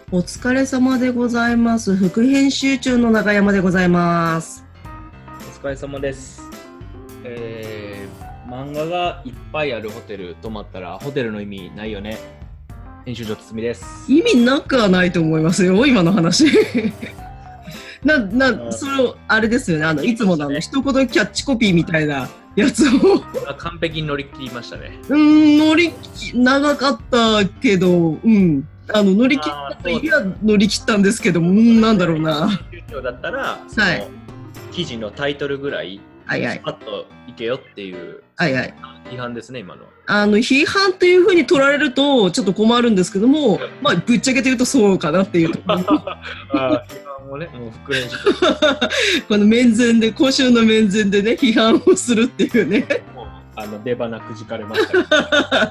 お疲れ様でございます。副編集長の中山でございます。 お疲れ様です。漫画がいっぱいあるホテル泊まったらホテルの意味ないよね。編集長堤です。 意味なくはないと思いますよ、今の話。それあれですよね。いつもの一言キャッチコピーみたいなやつを。 完璧に乗り切りましたね。 長かったけど、乗り切ったいや乗り切ったんですけども、なんだろうな。 編集長だったら、その記事のタイトルぐらい、スパッといけよっていう、批判ですね、今の。 批判というふうに取られるとちょっと困るんですけども、まあ、ぶっちゃけて言うとそうかなっていうところ。批判もね、もう副編集この今週の面前でね、批判をするっていうね。 出花くじかれました、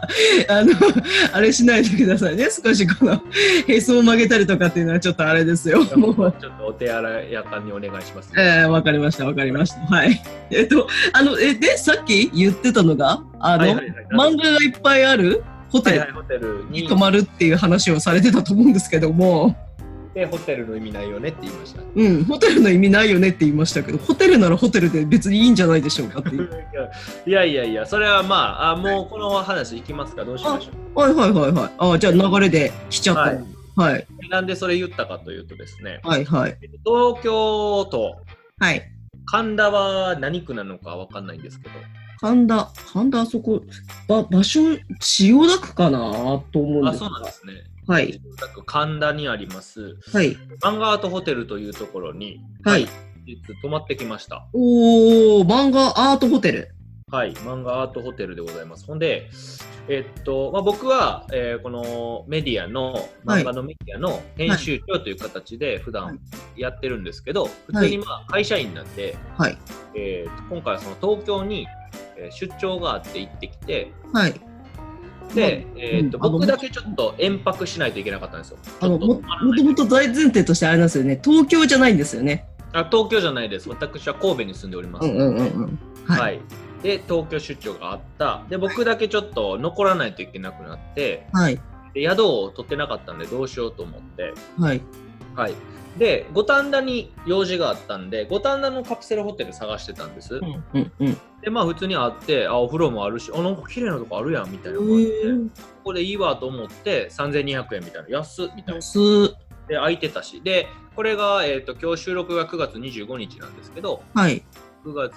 あれしないでくださいね。少しこのへそを曲げたりとかっていうのはちょっとあれですよ。もうちょっとお手洗いやかにお願いします、 ね。わかりました。はい。で、さっき言ってたのが、漫画がいっぱいあるホテルに泊まるっていう話をされてたと思うんですけども。 で、ホテルの意味ないよねって言いました。 ホテルの意味ないよねって言いましたけど、ホテルならホテルで別にいいんじゃないでしょうかっていう。 いや、それはまあ、もうこの話いきますか、どうしましょう。 はい。じゃあ流れで来ちゃった。はい。 なんでそれ言ったかというとですね、 はい。 東京都、 はい神田は何区なのかわかんないんですけど、 神田あそこ、場所、千代田区かなと思うんですが。 そうなんですね。 はい。 神田にあります、漫画アートホテルというところに、泊まってきました。 漫画アートホテル。 はい、漫画アートホテルでございます。ほんで、僕は、このメディアの、漫画のメディアの編集長という形で普段やってるんですけど、普通に会社員なんで、今回はその東京に出張があって行ってきて、で、僕だけちょっと延泊しないといけなかったんですよ。 もともと大前提としてあれなんですよね。東京じゃないんですよね。 東京じゃないです。私は神戸に住んでおります。はい。で、東京出張があった。で、僕だけちょっと残らないといけなくなって、で宿を取ってなかったんでどうしようと思って、で、五反田に用事があったんで、五反田のカプセルホテル探してたんです。で、まあ普通にあって、お風呂もあるし、なんか綺麗なとこあるやんみたいな感じで、ここでいいわと思って、3200円みたいな、安っみたいな。で、空いてたし。で、これが、今日収録が9月25日なんですけど、9月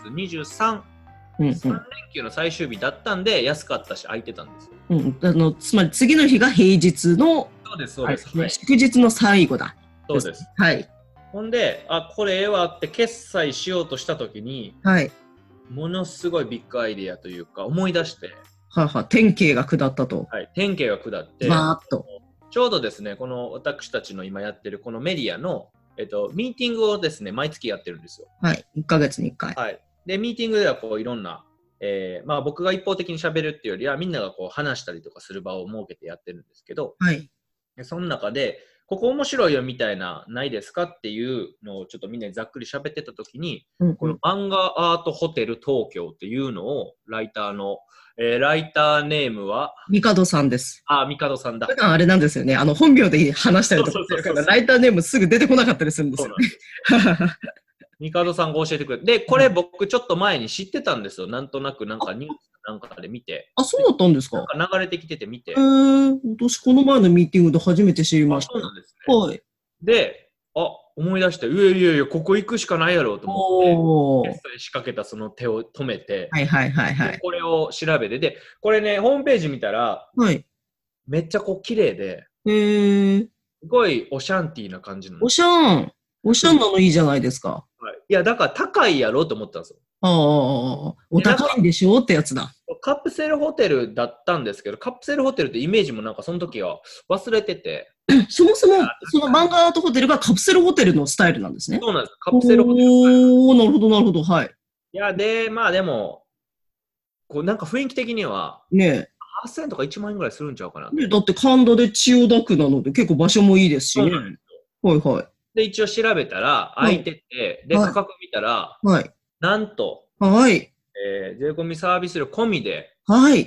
23、3連休の最終日だったんで、安かったし、空いてたんですよ。つまり次の日が平日の、 そうです。 祝日の最後だ。 そうです。ほんで、これええわって決済しようとしたときに、ものすごいビッグアイディアというか、思い出して、 典型が下ったと。 典型が下って、ちょうどですね、この私たちの今やってるこのメディアの、ミーティングをですね、毎月やってるんですよ。 1ヶ月に1回。 で、ミーティングではこういろんな、僕が一方的に喋るっていうよりは、みんながこう話したりとかする場を設けてやってるんですけど、その中で、ここ面白いよみたいなないですかっていうのをちょっとみんなにざっくり喋ってた時に、この漫画アートホテル東京っていうのをライターネームはミカドさんです。 ミカドさんだ。 普段あれなんですよね。本名で話したりとかするから、ライターネームすぐ出てこなかったりするんですよね。 ミカドさんが教えてくれて。で、これ僕ちょっと前に知ってたんですよ。なんとなくなんかニュースなんかで見て。 そうだったんですか？ なんか流れてきてて見て。 私この前のミーティングで初めて知りました。 そうなんですね。で、思い出して、いや、ここ行くしかないやろうと思って、決済仕掛けたその手を止めて、これを調べて、で、これね、ホームページ見たら、めっちゃこう綺麗で、すごいオシャンティーな感じなの。 オシャンなのいいじゃないですか。 いや、だから高いやろうと思ったんですよ。 お高いんでしょってやつだ。 カプセルホテルだったんですけど、カプセルホテルってイメージもなんかその時は忘れてて。 そもそも、その漫画アートホテルがカプセルホテルのスタイルなんですね。 そうなんです。カプセルホテル。 なるほど。はい。 いや、でも、こうなんか雰囲気的には、8000円とか1万円ぐらいするんちゃうかな。 だって神田で千代田区なので結構場所もいいですしね。 で、一応調べたら、空いてて、で、価格見たら、なんと、税込みサービス料込み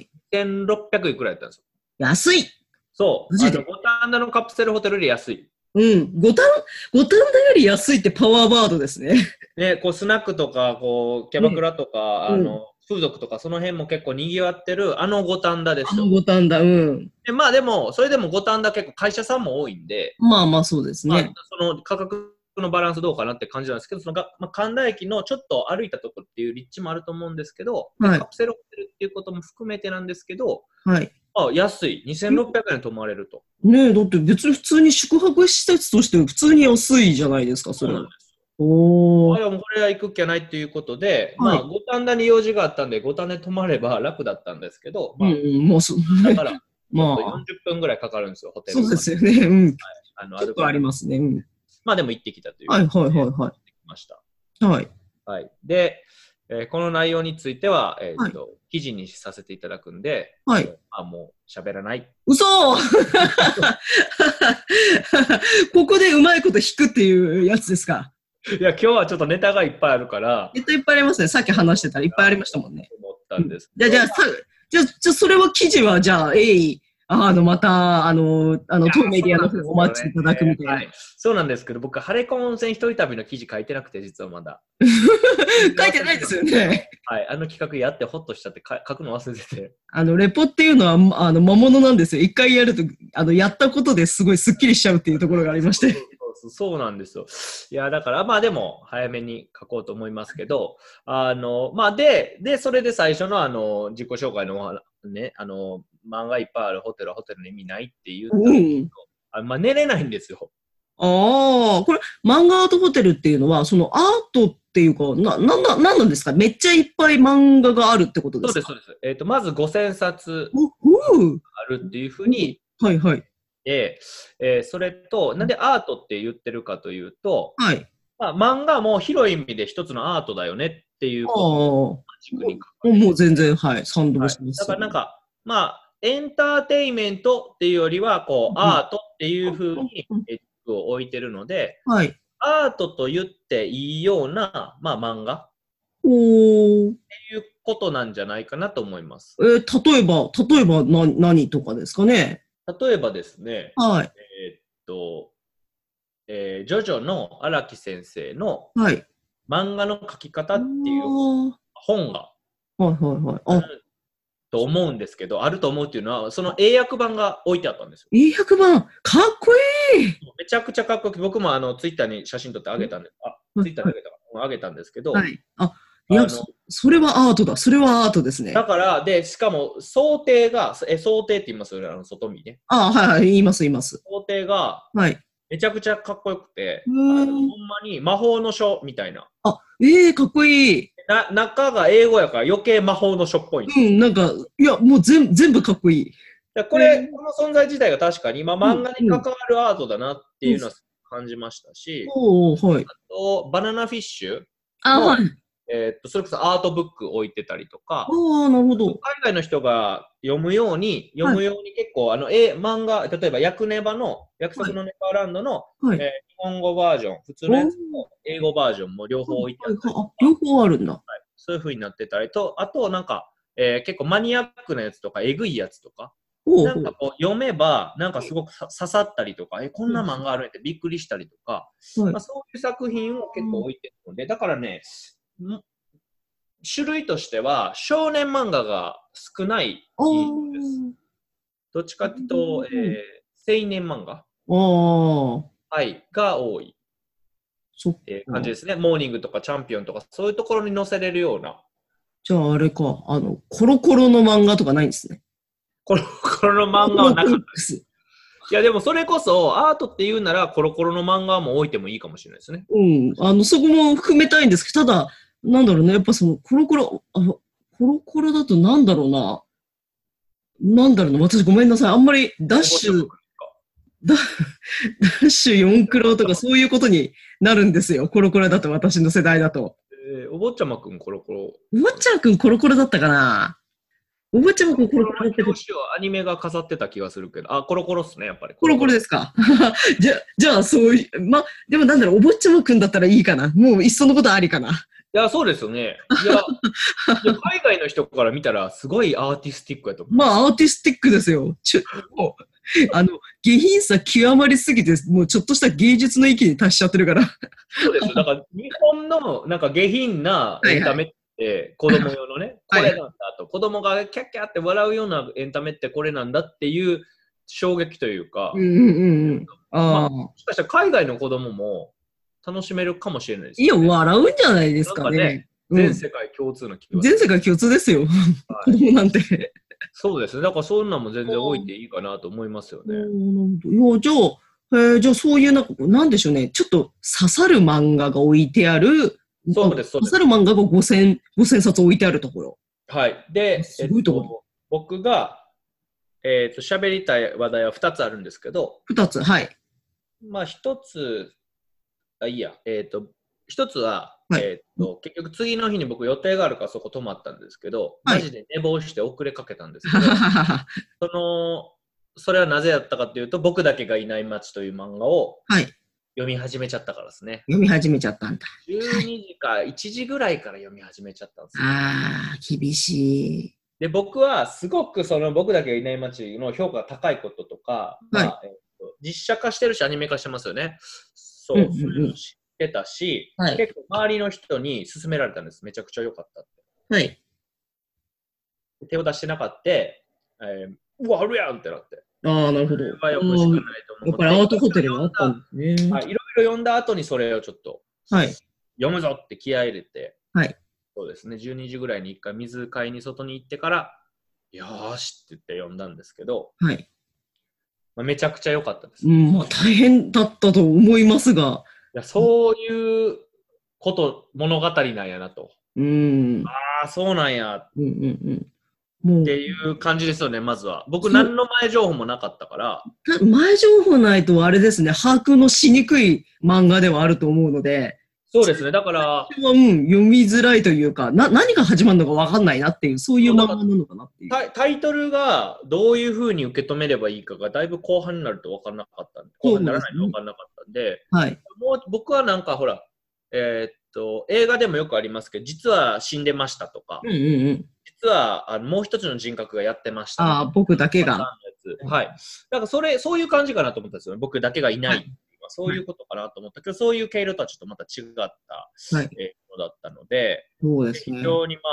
で、1600いくらやったんですよ。 安い。 そう。五反田のカプセルホテルより安い。 うん。五反田より安いってパワーワードですね。 ね、こうスナックとか、こう、キャバクラとか、風俗とか、その辺も結構賑わってる、五反田ですよ。 五反田、うん。 まあでも、それでも五反田結構会社さんも多いんで、 まあまあそうですね。 その価格のバランスどうかなって感じなんですけど、神田駅のちょっと歩いたところっていう立地もあると思うんですけど、カプセルホテルっていうことも含めてなんですけど、安い。2600円泊まれると。 ねえ、だって別に普通に宿泊施設として普通に安いじゃないですか、それは。そうなんです。 これは行くっきゃないっていうことで、五反田に用事があったんで、五反田に泊まれば楽だったんですけど、 もうだから、40分ぐらいかかるんですよ、ホテル。 そうですよね。うん。結構ありますね。 まあでも行ってきたという。 はい。 ました。 はい。 で、この内容については、記事にさせていただくんで、もう喋らない。 嘘ここでうまいこと引くっていうやつですか。 いや、今日はちょっとネタがいっぱいあるから。 ネタいっぱいありますね。さっき話してたらいっぱいありましたもんね。 思ったんです。 じゃあ、それは記事は、じゃあ、また、当メディアの方お待ちいただくみたいな。 そうなんですけど、僕、ハレコン温泉一人旅の記事書いてなくて、実はまだ。 書いてないですよね。 はい、企画やってホッとしちゃって書くの忘れてて。 レポっていうのは、魔物なんですよ。一回やると、やったことですごいスッキリしちゃうっていうところがありまして。 そうなんですよ。いや、だから、まあでも、早めに書こうと思いますけど、で、それで最初の自己紹介のね、漫画いっぱいあるホテルはホテルの意味ないって言ったんですけど、寝れないんですよ。 これ、漫画アートホテルっていうのは、そのアートっていうか、なんなんですか？めっちゃいっぱい漫画があるってことですか？ そうです。まず5000冊あるっていうふうに、それと、なんでアートって言ってるかというと、漫画も広い意味で一つのアートだよねっていうこともう全然、賛同します。 だからエンターテイメントっていうよりは、アートっていうふうにを置いてるので、アートと言っていいような、漫画っていうことなんじゃないかなと思います。 例えば何とかですかね。 例えばですね、ジョジョの荒木先生の漫画の描き方っていう本がと思うんですけど、あると思うっていうのは、その英訳版が置いてあったんですよ。 英訳版かっこいい。 めちゃくちゃかっこよく、僕もツイッターに写真撮ってあげたんで、ツイッターであげたんですけど、 それはアートだ。それはアートですね。 だから、しかも、想定って言いますよね、外見ね。 言います。 想定が、めちゃくちゃかっこよくて、ほんまに魔法の書みたいな。 かっこいい。 中が英語やから余計魔法の書っぽい。 もう全部かっこいい。 この存在自体が確かに、漫画に関わるアートだなっていうのは感じましたし、あと、バナナフィッシュそれこそアートブック置いてたりとか、海外の人が読むように結構、漫画、例えば約束のネバーランドの、日本語バージョン、普通のやつも英語バージョンも両方置いてあったりとか、 両方あるんだ。 そういう風になってたりと、あと結構マニアックなやつとか、えぐいやつとか、読めば、すごく刺さったりとか、こんな漫画あるってびっくりしたりとか、そういう作品を結構置いてるので、だからね、種類としては少年漫画が少ないです。どっちかというと、青年漫画が多い感じですね。モーニングとかチャンピオンとかそういうところに載せれるような。 じゃああれか、コロコロの漫画とかないんですね。 コロコロの漫画はなかったです。いやでもそれこそアートって言うならコロコロの漫画も置いてもいいかもしれないですね。 そこも含めたいんですけど、ただ、なんだろうね、やっぱそのコロコロだとなんだろうな、私ごめんなさい、あんまりダッシュ4クロとかそういうことになるんですよ、コロコロだと私の世代だと。 お坊ちゃまくんコロコロ。 お坊ちゃまくんコロコロだったかな。お坊ちゃまくんコロコロだったか。 アニメが飾ってた気がするけど、コロコロっすね、やっぱり。 コロコロですか。じゃあそういう、でもなんだろう、お坊ちゃまくんだったらいいかな。もういっそのことありかな。 や、そうですよね。いや、海外の人から見たら、すごいアーティスティックやと思う。 まあ、アーティスティックですよ。もう下品さ極まりすぎて、もうちょっとした芸術の域に達しちゃってるから。 そうです。だから、日本のなんか下品なエンタメって、子供用のね、これなんだと、子供がキャッキャって笑うようなエンタメってこれなんだっていう衝撃というか、もしかしたら海外の子供も楽しめるかもしれないですね。 いや、笑うんじゃないですかね。 全世界共通の気が全世界共通ですよ。子供なんて。 そうですね。だからそんなも全然置いていいかなと思いますよね。 じゃあそういうなんでしょうね。ちょっと刺さる漫画が置いてある。 そうです、そうです。 刺さる漫画が5000冊置いてあるところ。 はい。で、僕が、喋りたい話題は2つあるんですけど。 2つ、はい。 まあ、1つ、いいや。1つは、結局次の日に僕予定があるからそこ泊まったんですけど、マジで寝坊して遅れかけたんですけど、それはなぜやったかというと、僕だけがいない街という漫画を読み始めちゃったからですね。 読み始めちゃったんだ。 12時か1時ぐらいから読み始めちゃったんですよ。 厳しい。 で、僕はすごくその僕だけがいない街の評価が高いこととか、実写化してるしアニメ化してますよね。そう、それを知ってたし、結構周りの人に勧められたんです。めちゃくちゃ良かったって。手を出してなかった、うわ、あるやんってなって。 なるほど。 やっぱりアートホテルがあったんですね。 いろいろ読んだ後にそれをちょっと、読むぞって気合い入れて、そうですね、12時ぐらいに一回水買いに外に行ってから、よーしって言って読んだんですけど、めちゃくちゃ良かったです。 大変だったと思いますが。 いや、そういう物語なんやなと。そうなんや。っていう感じですよね、まずは。僕、何の前情報もなかったから。 前情報ないと、あれですね、把握のしにくい漫画ではあると思うので。 そうですね、だから。 読みづらいというか、何が始まるのか分かんないなっていう、そういう漫画なのかなっていう。 タイトルがどういうふうに受け止めればいいかが、だいぶ後半になると分からなかったんで、後半にならないと分からなかったんで、もう僕はなんかほら、映画でもよくありますけど、実は死んでましたとか、実はもう一つの人格がやってました。 僕だけが。 はい。だからそういう感じかなと思ったんですよね。僕だけがいない。そういうことかなと思ったけど、そういう経路とはちょっとまた違ったのだったので、非常に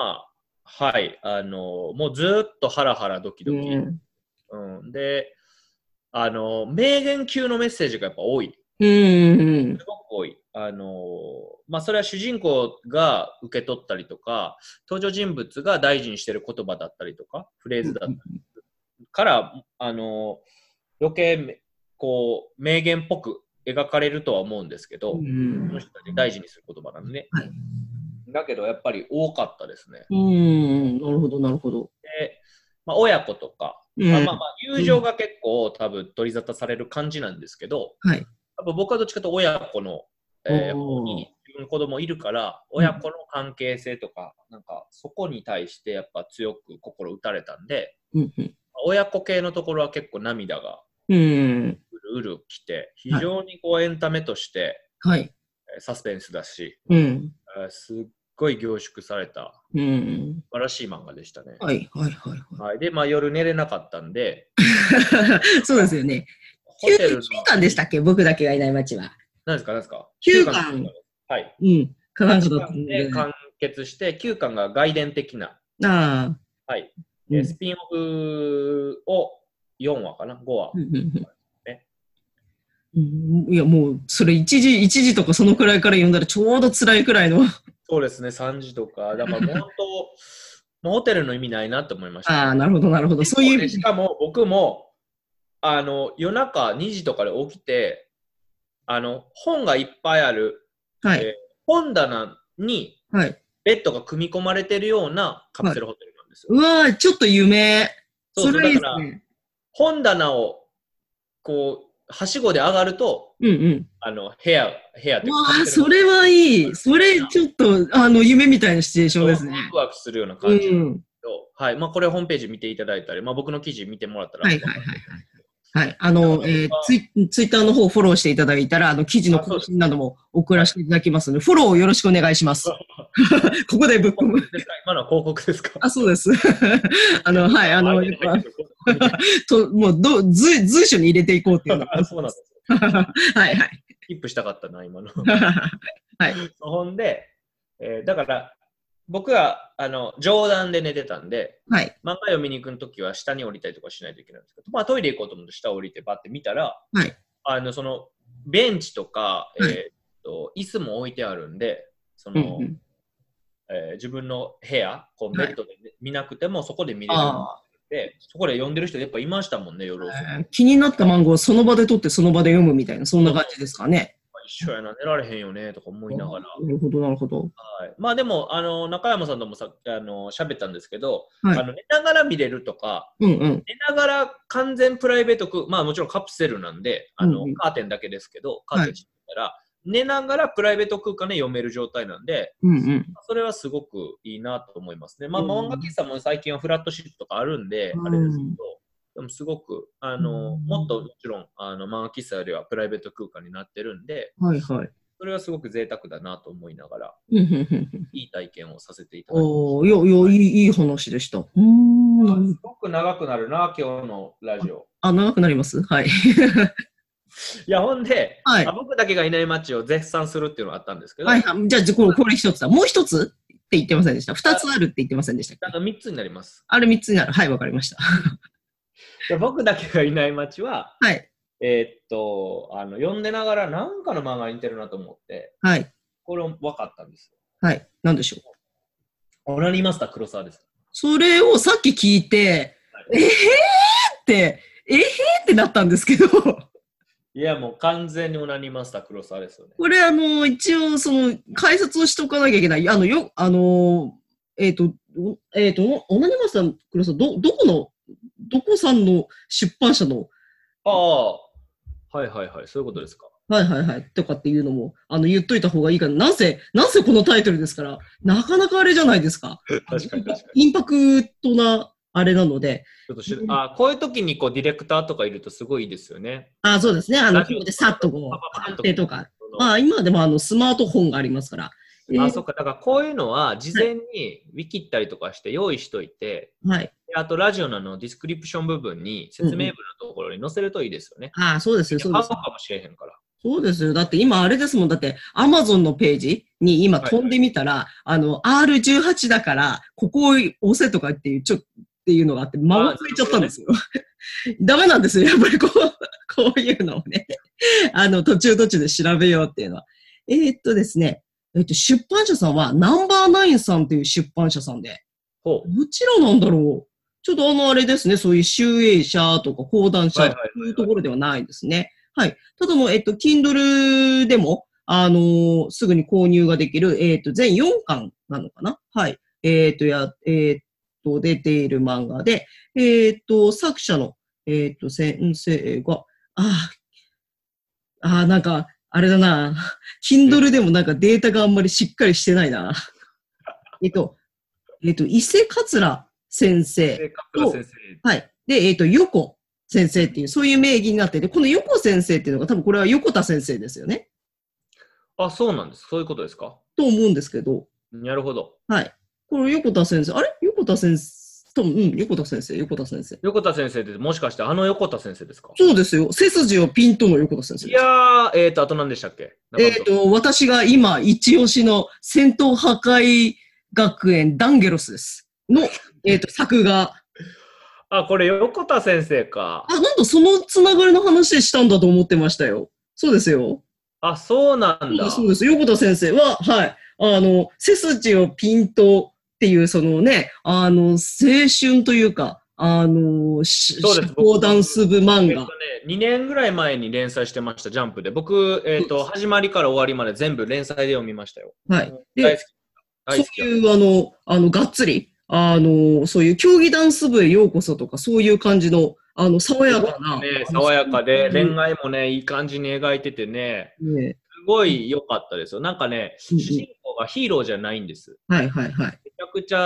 もうずっとハラハラドキドキ。で、名言級のメッセージがやっぱ多い。すごく多い。それは主人公が受け取ったりとか、登場人物が大事にしている言葉だったりとか、フレーズだったりから、余計、名言っぽく描かれるとは思うんですけど、その人たち大事にする言葉なんでね。だけど、やっぱり多かったですね。 なるほど、なるほど。 で、親子とか、友情が結構多分取り沙汰される感じなんですけど、僕はどっちかというと親子の方に自分の子供いるから、親子の関係性とか、なんかそこに対してやっぱ強く心打たれたんで、親子系のところは結構涙がうるうるきて、非常にエンタメとしてサスペンスだし、すっごい凝縮された素晴らしい漫画でしたね。で、夜寝れなかったんで。 そうですよね。9巻でしたっけ、僕だけがいない街は。 何ですか ?9 巻。 はい。 8 巻で完結して、9巻が外伝的な。スピンオフを4話かな ?5 話。 いや、もう、それ1時とかそのくらいから読んだらちょうど辛いくらいの。 そうですね、3時とか。だから本当、ホテルの意味ないなって思いました、 なるほど、なるほど。そういう。 しかも僕も、夜中2時とかで起きて、本がいっぱいある、本棚にベッドが組み込まれてるようなカプセルホテルなんですよ。 うわー、ちょっと夢。 そうだから、本棚をはしごで上がると、部屋ってわあ、それはいい。それちょっと夢みたいなシチュエーションですね。 ワクワクするような感じなんですけど、これホームページ見ていただいたり、僕の記事見てもらったら、 はい。ツイッターの方をフォローしていただいたら、記事の更新なども送らせていただきますので、フォローをよろしくお願いします。ここでぶっ込む。 今のは広告ですか？ あ、そうです。はい、もう、随所に入れていこうっていうのは。そうなんです。 はいはい。 キープしたかったな、今の。 はい。 ほんで、だから、僕は冗談で寝てたんで、 はい、 漫画読みに行くときは下に降りたりとかしないといけないんですけど、まあ、トイレ行こうと思って下降りてバッて見たら、 はい、 そのベンチとか、椅子も置いてあるんで、自分の部屋、ベッドで見なくてもそこで見れるので、そこで読んでる人やっぱいましたもんね、夜遅く。 気になった漫画をその場で撮ってその場で読むみたいな、そんな感じですかね。 一緒やな、寝られへんよねとか思いながら。 なるほど、なるほど。 はい、まあでも、中山さんとも喋ったんですけど、寝ながら見れるとか、寝ながら完全プライベートまあもちろんカプセルなんで、カーテンだけですけど、カーテンしてたら、寝ながらプライベート空間で読める状態なんで、それはすごくいいなと思いますね。まあ漫画喫茶も最近はフラットシートとかあるんで、あれですけど、でもすごく、もっともちろん漫画喫茶よりはプライベート空間になってるんで、それはすごく贅沢だなと思いながら、いい体験をさせていただきました。 いい話でした。すごく長くなるな、今日のラジオ。 長くなります？はい。 いや、ほんで、僕だけがいない街を絶賛するっていうのがあったんですけど。 じゃあ、これ一つだ。もう一つって言ってませんでした。二つあるって言ってませんでした。 3つになります。 あれ3つになる。はい、わかりました。 僕だけがいない街は、読んでながら何かの漫画に似てるなと思って、これ分かったんですよ。 はい。何でしょう。オナニーマスター黒沢です。 それをさっき聞いて、ってなったんですけど。 いや、もう完全にオナニーマスター黒沢ですよね。 これ一応解説をしとかなきゃいけない。オナニーマスター黒沢、どこさんの出版社の。 はいはいはい、そういうことですか。 はいはいはい。とかっていうのも、言っといた方がいいかな。なぜこのタイトルですから、なかなかあれじゃないですか。 確かに。 インパクトな、あれなので。 ちょっとこういう時にディレクターとかいるとすごいいいですよね。 そうですね。ここでさっと判定とか。今でもスマートフォンがありますから。 そっか。だからこういうのは事前にウィキったりとかして用意しといて、あとラジオのディスクリプション部分に説明文のところに載せるといいですよね。 そうですよ。そうです。 買うかもしれへんから。 そうですよ。だって今あれですもん。だって Amazon のページに今飛んでみたら、R18 だからここを押せとかっていうのがあって、回ついちゃったんですよ。ダメなんですよ。やっぱりこういうのをね。途中で調べようっていうのは。ですね。出版社さんはナンバーナインさんっていう出版社さんで。どちらなんだろう。ちょっとあれですね。そういう集英社とか講談社というところではないですね。はい。ただKindle でも、すぐに購入ができる、全4巻なのかな。はい。出ている漫画で、作者の、先生が、なんか、あれだな。Kindle でもなんかデータがあんまりしっかりしてないな。伊勢桂先生と、はい。で、横先生っていう、そういう名義になってて、この横先生っていうのが多分これは横田先生ですよね。 そうなんです。そういうことですか。 と思うんですけど。 なるほど。 はい。これ横田先生、横田先生。横田先生。 横田先生ってもしかして横田先生ですか？ そうですよ。背筋をピンとの横田先生です。 いやー、あと何でしたっけ？ 私が今一押しの戦闘破壊学園ダンゲロスです。の、作画。 これ横田先生か。 なんだ、そのつながりの話でしたんだと思ってましたよ。そうですよ。 そうなんだ。 そうです。横田先生は、はい。背筋をピンとっていう、青春というか、社交ダンス部漫画。 2年ぐらい前に連載してました、ジャンプで。僕、始まりから終わりまで全部連載で読みましたよ。 はい。で、そういう、がっつり、そういう競技ダンス部へようこそとか、そういう感じの、爽やかな。 爽やかで、恋愛もね、いい感じに描いててね、すごい良かったですよ。なんかね、主人公がヒーローじゃないんです。 はいはいはい。 めちゃくちゃ、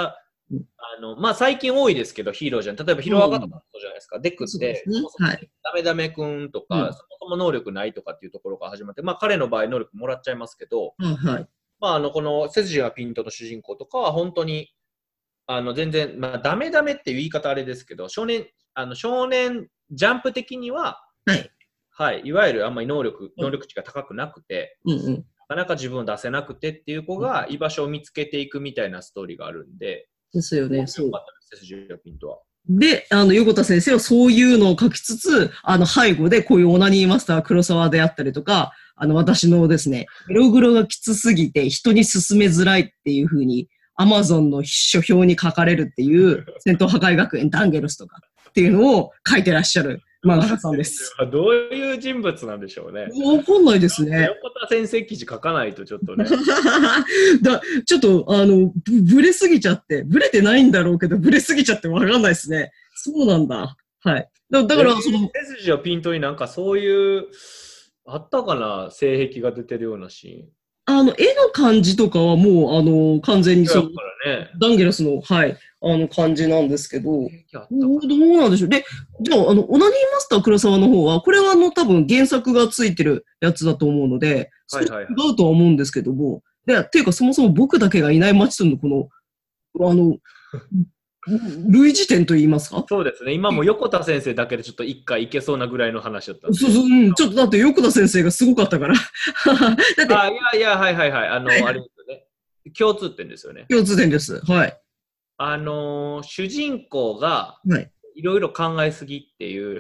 まあ最近多いですけど、ヒーローじゃん。例えばヒロアカとかもそうじゃないですか。デクって、そもそもダメダメくんとか、そもそも能力ないとかっていうところから始まって、まあ彼の場合能力もらっちゃいますけど、まあこの背筋がピントの主人公とかは本当に、全然、まあダメダメっていう言い方あれですけど、少年ジャンプ的には、はい、いわゆるあんまり能力値が高くなくて、なかなか自分を出せなくてっていう子が居場所を見つけていくみたいなストーリーがあるんで、 ですよね。そう。 ピントは。 で、横田先生はそういうのを書きつつ、背後でこういうオナニーマスター黒沢であったりとか、私のですね、エログロがきつすぎて人に勧めづらいっていう風に、アマゾンの書評に書かれるっていう、戦闘破壊学園ダンゲルスとかっていうのを書いてらっしゃる漫画家さんです。 どういう人物なんでしょうね。 わかんないですね。 横田先生記事書かないとちょっとね。 ちょっと、ブレすぎちゃって、ブレてないんだろうけど、ブレすぎちゃってわかんないですね。そうなんだ。はい。だから、 背筋をピントになんかそういう、あったかな、性癖が出てるようなシーン。 絵の感じとかはもう、完全にそう、ダンゲラスの、はい、感じなんですけど、どうなんでしょう。で、じゃあ、オナニーマスター黒沢の方は、これは多分原作がついてるやつだと思うので、違うとは思うんですけども、っていうか、そもそも僕だけがいない街とのこの、類似点と言いますか？ そうですね。今も横田先生だけでちょっと一回いけそうなぐらいの話だったんで。 そう、ちょっとだって横田先生がすごかったから。だっていや、はい。あれですよね。共通点ですよね。 共通点です。はい。 主人公が、いろいろ考えすぎっていう。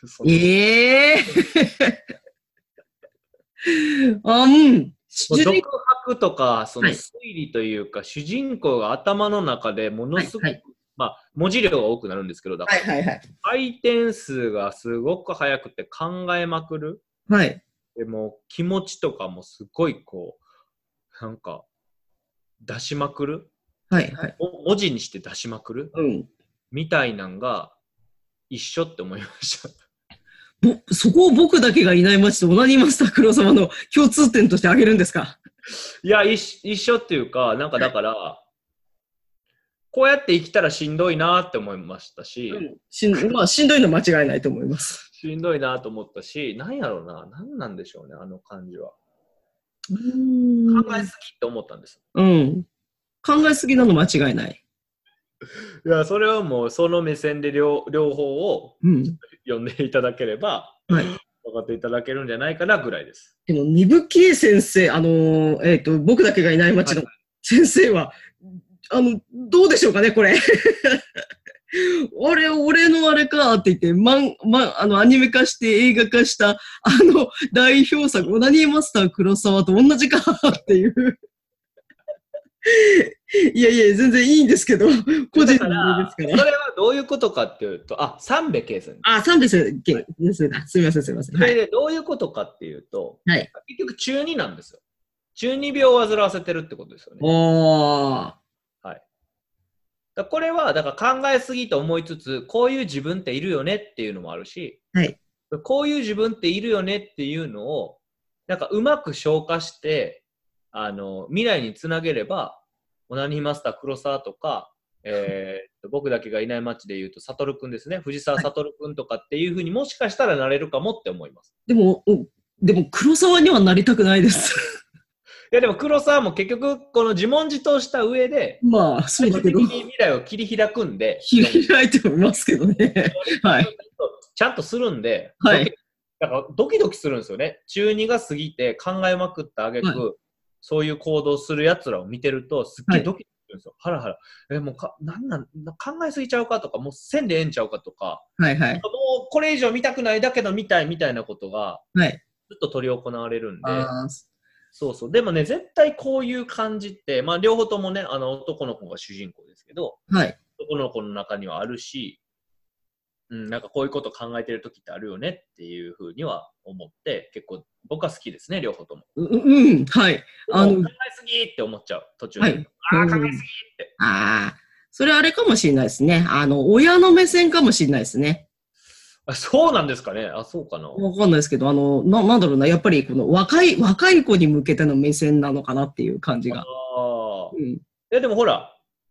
独白とか、その推理というか、主人公が頭の中でものすごく、まあ、文字量が多くなるんですけど、だから、回転数がすごく速くて考えまくる。でも、気持ちとかもすごいこう、なんか、出しまくる。文字にして出しまくる。みたいなんが一緒って思いました。 そこを僕だけがいない街とオナニーマスター黒沢の共通点として挙げるんですか？ いや、一緒っていうか、なんかだから、こうやって生きたらしんどいなって思いましたし、 まあ、しんどいのは間違いないと思います。 しんどいなと思ったし、なんやろうな、なんなんでしょうね、あの感じは。考えすぎって思ったんです。 考えすぎなの間違いない。 いや、それはもうその目線で両方を読んでいただければ、分かっていただけるんじゃないかなぐらいです。 でも、二部圭先生、僕だけがいない街の先生は、どうでしょうかね、これ。俺のあれかって言って、アニメ化して映画化した、代表作、オナニーマスター黒沢と同じかっていう。いや、全然いいんですけど、個人のですから。それはどういうことかっていうと、三部圭さん。 三部圭ですね。すみません。それでどういうことかっていうと、結局中二なんですよ。中二病を患わせてるってことですよね。これは、だから考えすぎと思いつつ、こういう自分っているよねっていうのもあるし、こういう自分っているよねっていうのを、なんかうまく消化して、未来につなげれば、オナニーマスター黒沢とか、僕だけがいない街で言うと、悟くんですね。藤沢悟くんとかっていうふうにもしかしたらなれるかもって思います。 でも黒沢にはなりたくないです。 いやでも黒沢も結局この自問自答した上で、 まあそうだけど、 最終的に未来を切り開くんで、 切り開いてもいますけどね。 ちゃんとするんで、だからドキドキするんですよね。中2が過ぎて考えまくった挙句、そういう行動する奴らを見てると、すっげえドキドキするんですよ。ハラハラ。もう考えすぎちゃうかとか、もうせんでええんちゃうかとか、もうこれ以上見たくないだけど見たいみたいなことが、ずっと取り行われるんで、そう。でもね、絶対こういう感じって、まあ両方ともね、男の子が主人公ですけど、男の子の中にはあるし、なんかこういうこと考えてる時ってあるよねっていうふうには思って、結構僕は好きですね、両方とも。 考えすぎって思っちゃう、途中で。考えすぎって。 それあれかもしれないですね。親の目線かもしれないですね。 そうなんですかね。そうかな。 わかんないですけど、なんだろうな、やっぱりこの若い子に向けての目線なのかなっていう感じが。 でもほら、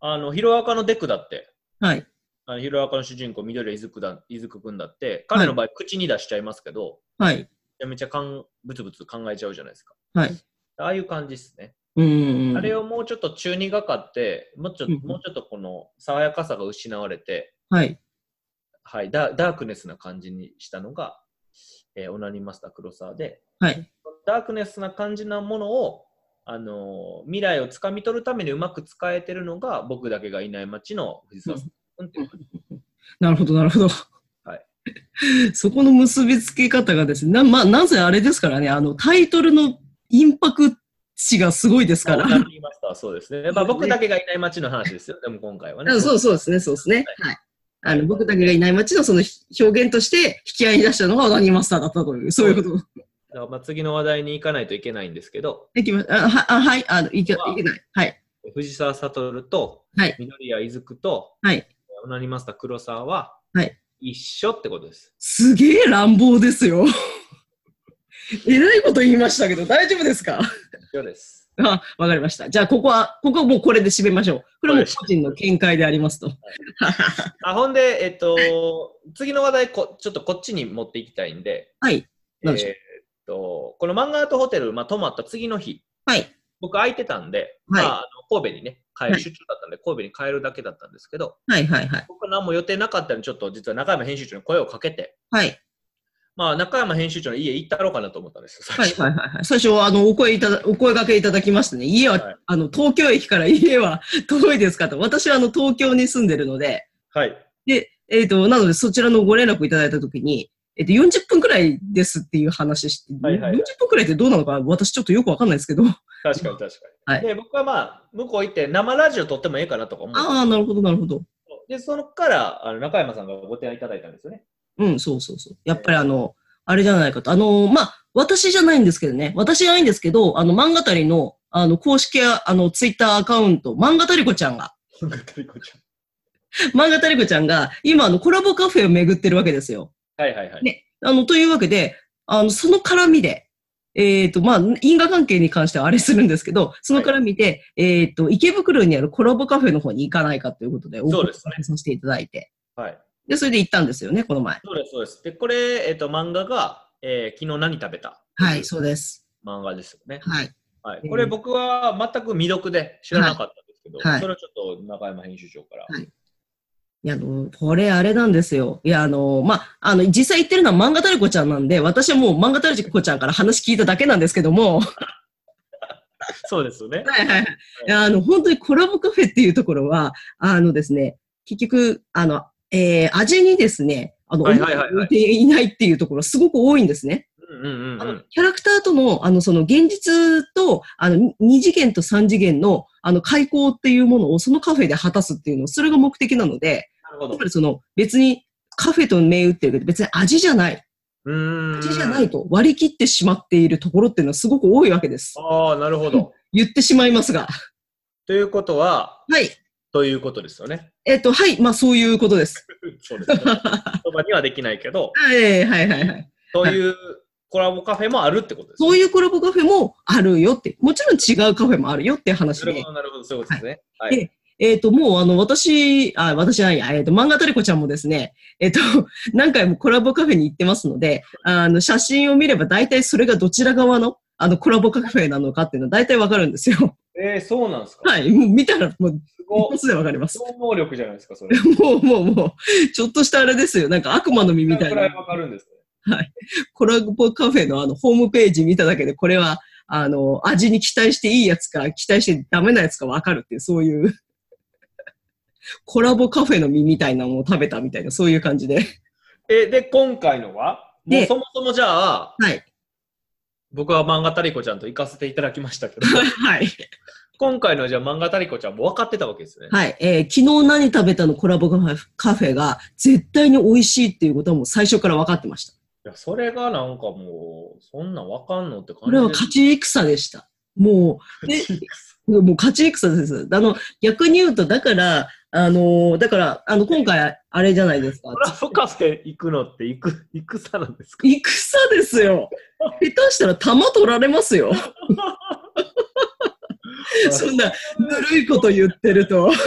ヒロアカのデクだって、 はい。 ヒロアカの主人公、緑谷いずくくんだって、彼の場合、口に出しちゃいますけど、 はい。 めちゃめちゃブツブツ考えちゃうじゃないですか。 はい。 ああいう感じですね。 あれをもうちょっと中にがかって、もうちょっとこの爽やかさが失われて、 はい。 はい、ダークネスな感じにしたのが、オナニーマスター黒沢で、 はい。 ダークネスな感じなものを、未来をつかみ取るためにうまく使えてるのが、僕だけがいない街の藤沢さんっていう感じ。 なるほど、なるほど。はい。そこの結びつけ方がですね、なぜあれですからね、タイトルのインパク値がすごいですから。 オナニーマスターはそうですね。僕だけがいない街の話ですよ、でも今回はね。 そうですね、そうですね。はい。僕だけがいない街のその表現として引き合いに出したのがオナニーマスターだったという、そういうこと。 だから次の話題に行かないといけないんですけど。 はい、いけない。はい。 藤沢悟と、緑谷いずくと、オナニーマスター黒沢は、一緒ってことです。 すげえ乱暴ですよ。えらいこと言いましたけど、大丈夫ですか？ 一緒です。 わかりました。じゃあ、ここはもうこれで締めましょう。これはもう個人の見解でありますと。 ほんで、次の話題ちょっとこっちに持っていきたいんで、 はい。 この漫画アートホテル、泊まった次の日、 はい。 僕空いてたんで、神戸にね、出張だったんで、神戸に帰るだけだったんですけど、僕は何も予定なかったので、ちょっと実は中山編集長に声をかけて、中山編集長の家行ったろうかなと思ったんですよ、 最初。お声掛けいただきましてね、家は、東京駅から家は遠いですかと。私は東京に住んでるので、で、なのでそちらのご連絡いただいたときに、40分くらいですっていう話して、40分くらいってどうなのか私ちょっとよくわかんないですけど。 確かに。で、僕は向こう行って生ラジオ撮ってもいいかなとか思って。 なるほど。 で、そのから中山さんがご提案いただいたんですよね。 そう。やっぱりあれじゃないかと。私じゃないんですけどね。私じゃないんですけど、漫画たりの、公式ツイッターアカウント、漫画たりこちゃんが。漫画たりこちゃんが、今、コラボカフェを巡ってるわけですよ。ね。というわけで、その絡みで、因果関係に関してはあれするんですけど、その絡みで、池袋にあるコラボカフェの方に行かないかということで、 そうですね。 させていただいて。で、それで行ったんですよね、この前。 そうです。で、これ、漫画が、昨日何食べた？ はい、そうです。 漫画ですよね。 これ僕は全く未読で知らなかったんですけど、それをちょっと中山編集長から。 いや、これあれなんですよ。いや、実際言ってるのは漫画たりこちゃんなんで、私はもう漫画たりこちゃんから話聞いただけなんですけども。 そうですよね。 本当にコラボカフェっていうところは、ですね、結局、味にですね、置いていないっていうところすごく多いんですね。キャラクターとの、その現実と、2次元と3次元の、開口っていうものをそのカフェで果たすっていうの、それが目的なので、やっぱり別にカフェと銘打ってるけど、別に味じゃない。味じゃないと割り切ってしまっているところっていうのはすごく多いわけです。 なるほど。 言ってしまいますが。 ということは、ということですよね。 そういうことです。 そうですね。言葉にはできないけど。そういうコラボカフェもあるってことですね。 そういうコラボカフェもあるよって。もちろん違うカフェもあるよって話で。 なるほど、そういうことですね。 もう私じゃない、漫画たりこちゃんもですね、何回もコラボカフェに行ってますので、写真を見れば大体それがどちら側の、コラボカフェなのかっていうのは大体わかるんですよ。 そうなんですか？ もう見たらもう、一発でわかります。 超能力じゃないですか、それ。 もう、ちょっとしたあれですよ。なんか悪魔の実みたいな。 それくらいわかるんですね。コラボカフェのホームページ見ただけで、これは、味に期待していいやつか、期待してダメなやつかわかるっていう、そういう、コラボカフェの実みたいなのを食べたみたいな、そういう感じで。 で、今回のはもうそもそもじゃあ、僕は漫画たりこちゃんと行かせていただきましたけど、今回のじゃあ漫画たりこちゃんも分かってたわけですね。 昨日何食べたのコラボカフェが絶対に美味しいっていうことはもう最初から分かってました。いや、それがなんかもう、そんなん分かんのって感じ。 これは勝ち戦でした。もう勝ち戦です。逆に言うと、だから、今回、あれじゃないですか。 コラボカフェ行くのって戦なんですか？ 戦ですよ。下手したら弾取られますよ。そんな、ぬるいこと言ってると。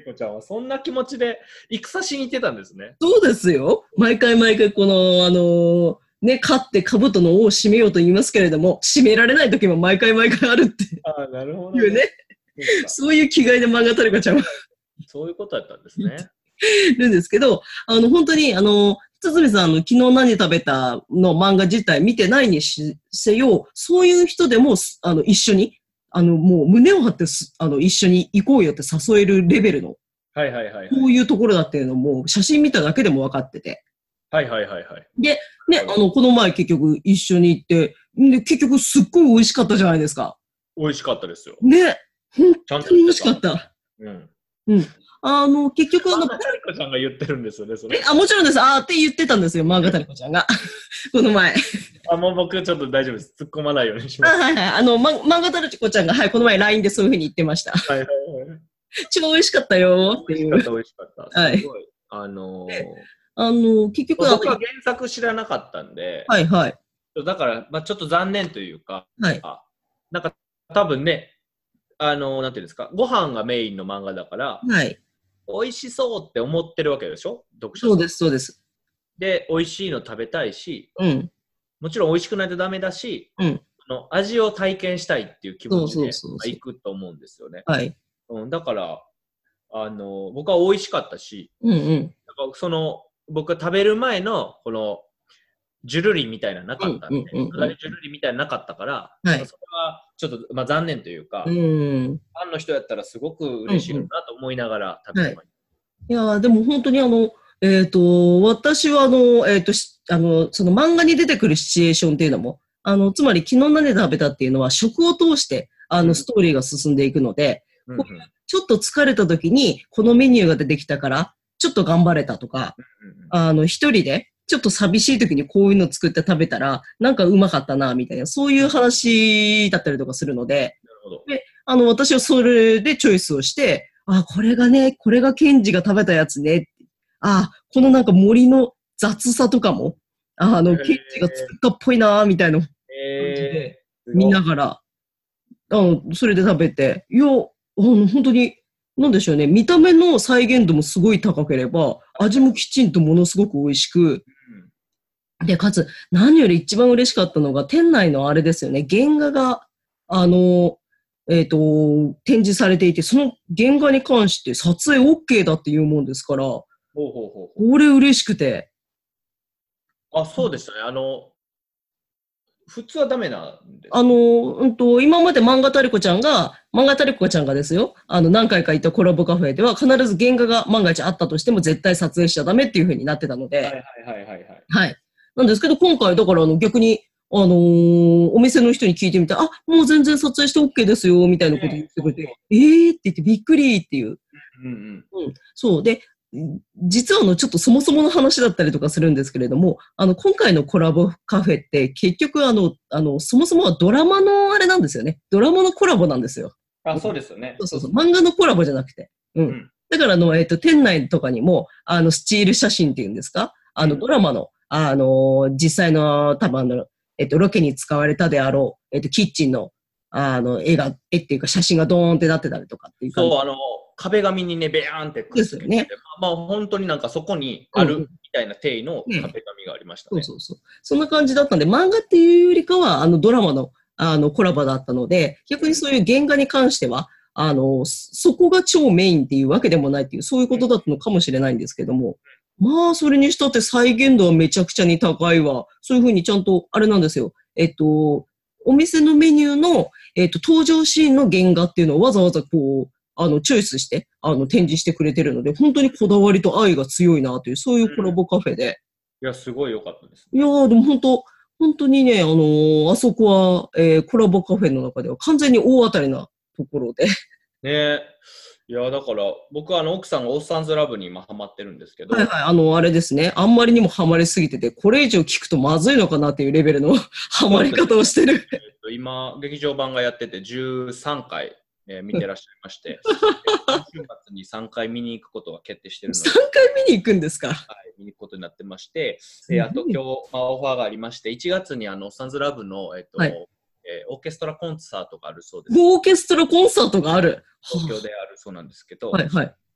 子ちゃんはそんな気持ちで戦しに行ってたんですね。 そうですよ。毎回毎回この、ね、勝って兜の尾を締めようと言いますけれども、締められない時も毎回毎回あるってあ、なるほど、 いうね。そういう気概で漫画タレコちゃんはそういうことだったんですね。 るんですけど、本当に、堤さん昨日何食べたの漫画自体見てないにせよ、そういう人でも、一緒に、もう胸を張って一緒に行こうよって誘えるレベルの、 はいはいはい、はい。 こういうところだっていうのも、写真見ただけでも分かってて。 はいはいはいはい。 で、ね、この前結局一緒に行って、で、結局すっごい美味しかったじゃないですか。 美味しかったですよ。 ね、本当に美味しかった。うん。うん。結局タリコちゃんが言ってるんですよね、それ。 もちろんです。って言ってたんですよ、漫画タリコちゃんが。この前。 もう僕ちょっと大丈夫です。突っ込まないようにします。 はいはい。漫画タリコちゃんが、はい、この前 LINE でそういうふうに言ってました。はいはいはい。超美味しかったよっていう。 美味しかった、美味しかった。はい。すごい。結局僕は原作知らなかったんで。はいはい。だから、ちょっと残念というか、はい。なんか多分ね、なんていうんですか、ご飯がメインの漫画だから、はい。美味しそうって思ってるわけでしょ、読者さん。 そうです、そうです。 で、美味しいの食べたいし、うん。もちろん美味しくないとダメだし、うん。味を体験したいっていう気持ちで行くと思うんですよね。はい。うん、だから、僕は美味しかったし、うんうん。だから僕が食べる前の、この、ジュルリみたいななかったんで、ジュルリみたいななかったから、はい、それはちょっと、残念というか、ファンの人やったらすごく嬉しいなと思いながら食べてました。 はい、いやでも本当に私はその漫画に出てくるシチュエーションっていうのも、つまり昨日何で食べたっていうのは食を通して、ストーリーが進んでいくので、ちょっと疲れた時にこのメニューが出てきたから、ちょっと頑張れたとか、一人で、ちょっと寂しい時にこういうの作って食べたら、なんかうまかったな、みたいな、そういう話だったりとかするので、で、私はそれでチョイスをして、これがケンジが食べたやつね。このなんか森の雑さとかも、ケンジが作ったっぽいな、みたいな感じで、見ながら、それで食べて、いや、本当に、なんでしょうね、見た目の再現度もすごい高ければ、味もきちんとものすごく美味しく、で、かつ、何より一番嬉しかったのが、店内のあれですよね、原画が、展示されていて、その原画に関して撮影 OK だっていうもんですから、これ嬉しくて。 そうでしたね。普通はダメなんです、 ね。今まで漫画タリコちゃんがですよ、何回か行ったコラボカフェでは必ず原画が万が一あったとしても絶対撮影しちゃダメっていう風になってたので。はいはいはいはい。はい。なんですけど、今回だから逆に、お店の人に聞いてみたら、もう全然撮影して OK ですよ、みたいなこと言ってくれて、って言ってびっくりっていう。そう。で、実はちょっとそもそもの話だったりとかするんですけれども、今回のコラボカフェって結局そもそもはドラマのあれなんですよね。ドラマのコラボなんですよ。 そうですよね。 そう。漫画のコラボじゃなくて。うん。だから店内とかにも、スチール写真っていうんですか、ドラマの、実際の多分ロケに使われたであろう、キッチンの、絵っていうか写真がドーンってなってたりとかっていう感じ。 そう、壁紙にね、ベーンってくっつけて、ね、本当になんかそこにあるみたいな定位の壁紙がありましたね。 そう。そんな感じだったんで、漫画っていうよりかは、ドラマの、コラボだったので、逆にそういう原画に関しては、そこが超メインっていうわけでもないっていう、そういうことだったのかもしれないんですけども、それにしたって再現度はめちゃくちゃに高いわ。そういうふうにちゃんと、あれなんですよ。お店のメニューの、登場シーンの原画っていうのをわざわざこう、チョイスして、展示してくれてるので、本当にこだわりと愛が強いなという、そういうコラボカフェで。 いや、すごい良かったです。 いやー、でも本当にね、あそこは、コラボカフェの中では完全に大当たりなところで。 ねいや、だから、僕は奥さんがオッサンズラブに今ハマってるんですけど。 はいはい、あれですね。あんまりにもハマりすぎてて、これ以上聞くとまずいのかなっていうレベルのハマり方をしてる。 今、劇場版がやってて13回。見てらっしゃいまして、今週末に3回見に行くことが決定しているので、 3回見に行くんですか？はい、 見に行くことになってまして、あと今日、オファーがありまして、1月にオッサンズラブの、はい、オーケストラコンサートがあるそうです。 オーケストラコンサートがある？ 東京であるそうなんですけど、 はいはい、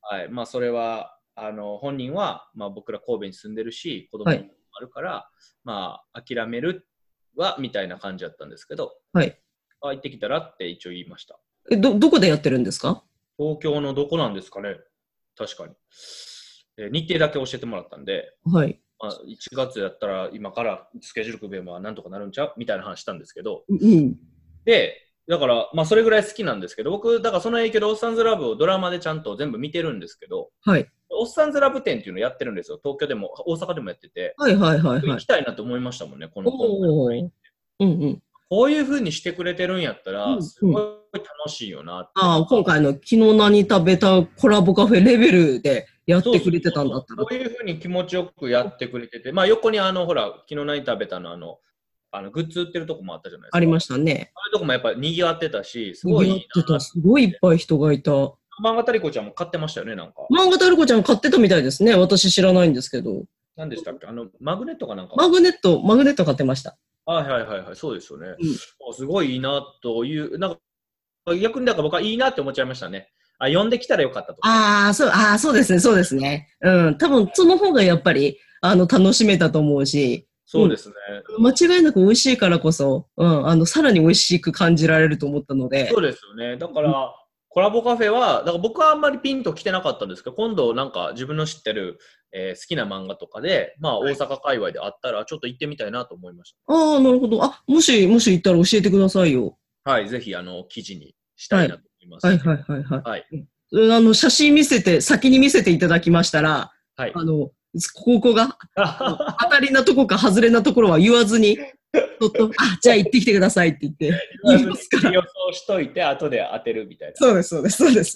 はい。まあ、それは、本人は、まあ、僕ら神戸に住んでるし、子供もあるから、まあ、諦めるは、みたいな感じだったんですけど、 はい。 行ってきたらって一応言いました。 どこでやってるんですか？ 東京のどこなんですかね。確かに。日程だけ教えてもらったんで、 はい。 まあ、1月やったら今からスケジュール組めばなんとかなるんちゃうみたいな話したんですけど、 うん。 で、だから、まあ、それぐらい好きなんですけど、僕、だからその影響でおっさんずラブをドラマでちゃんと全部見てるんですけど、 はい。 おっさんずラブ展っていうのをやってるんですよ。東京でも、大阪でもやってて。 はいはいはいはい。 行きたいなと思いましたもんね、このおー。うんうん。 こういう風にしてくれてるんやったら、すごい楽しいよなって。 ああ、今回の昨日何食べたコラボカフェレベルでやってくれてたんだったら。 こういう風に気持ちよくやってくれてて、まあ横にほら、昨日何食べたのグッズ売ってるとこもあったじゃないですか。 ありましたね。 ああいうとこもやっぱり賑わってたし、すごいいいな。すごいいっぱい人がいた。 漫画たりこちゃんも買ってましたよね、なんか。 漫画たりこちゃん買ってたみたいですね。私知らないんですけど。 何でしたっけマグネットかなんか。 マグネット買ってました。 はいはいはいはい、そうですよね。すごいいいなという、なんか逆にだから僕はいいなって思っちゃいましたね。呼んできたらよかったと。 そうですね、そうですね。うん、多分その方がやっぱり、楽しめたと思うし。 そうですね。 間違いなく美味しいからこそ、さらに美味しく感じられると思ったので。 そうですよね。だから、コラボカフェは、だから僕はあんまりピンと来てなかったんですけど、今度なんか自分の知ってる、好きな漫画とかで、まあ大阪界隈であったら、ちょっと行ってみたいなと思いました。 ああ、なるほど。もし行ったら教えてくださいよ。 はい、ぜひ記事にしたいなと思います。 はい。写真先に見せていただきましたら、はい、ここが、当たりなとこか外れなところは言わずに、じゃあ行ってきてくださいって言って、 言いますから。予想しといて、後で当てるみたいな。 そうです。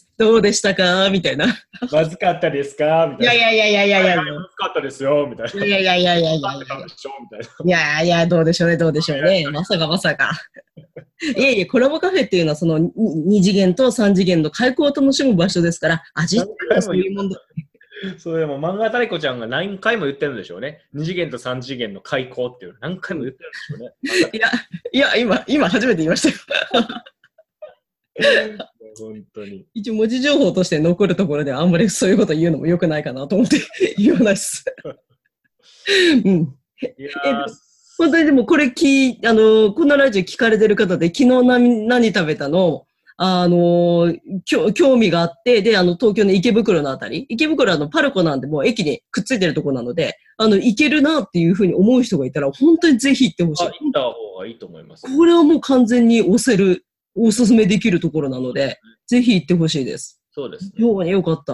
どうでしたかみたいな。 まずかったですかみたいな。 いや。 まずかったですよみたいな。 いや、どうでしょうね。まさか。いや、コラボカフェっていうのは、その2次元と3次元の開口を楽しむ場所ですから、味っていうのはそういうもんだ。 そうでも漫画たりこちゃんが何回も言ってるんでしょうね。2次元と3次元の開口っていうの何回も言ってるんでしょうね。 いや、今初めて言いましたよ。 本当に。 一応文字情報として残るところであんまりそういうこと言うのも良くないかなと思って言わないです。うん。本当にでもこれこのラジオ聞かれてる方で昨日何食べたの興味があって、で、東京の池袋のあたり、池袋はパルコなんでもう駅にくっついてるところなので、行けるなっていうふうに思う人がいたら、本当にぜひ行ってほしい。 行った方がいいと思います。 これはもう完全におすすめできるところなので、ぜひ行ってほしいです。 そうですね。 今日はよかった。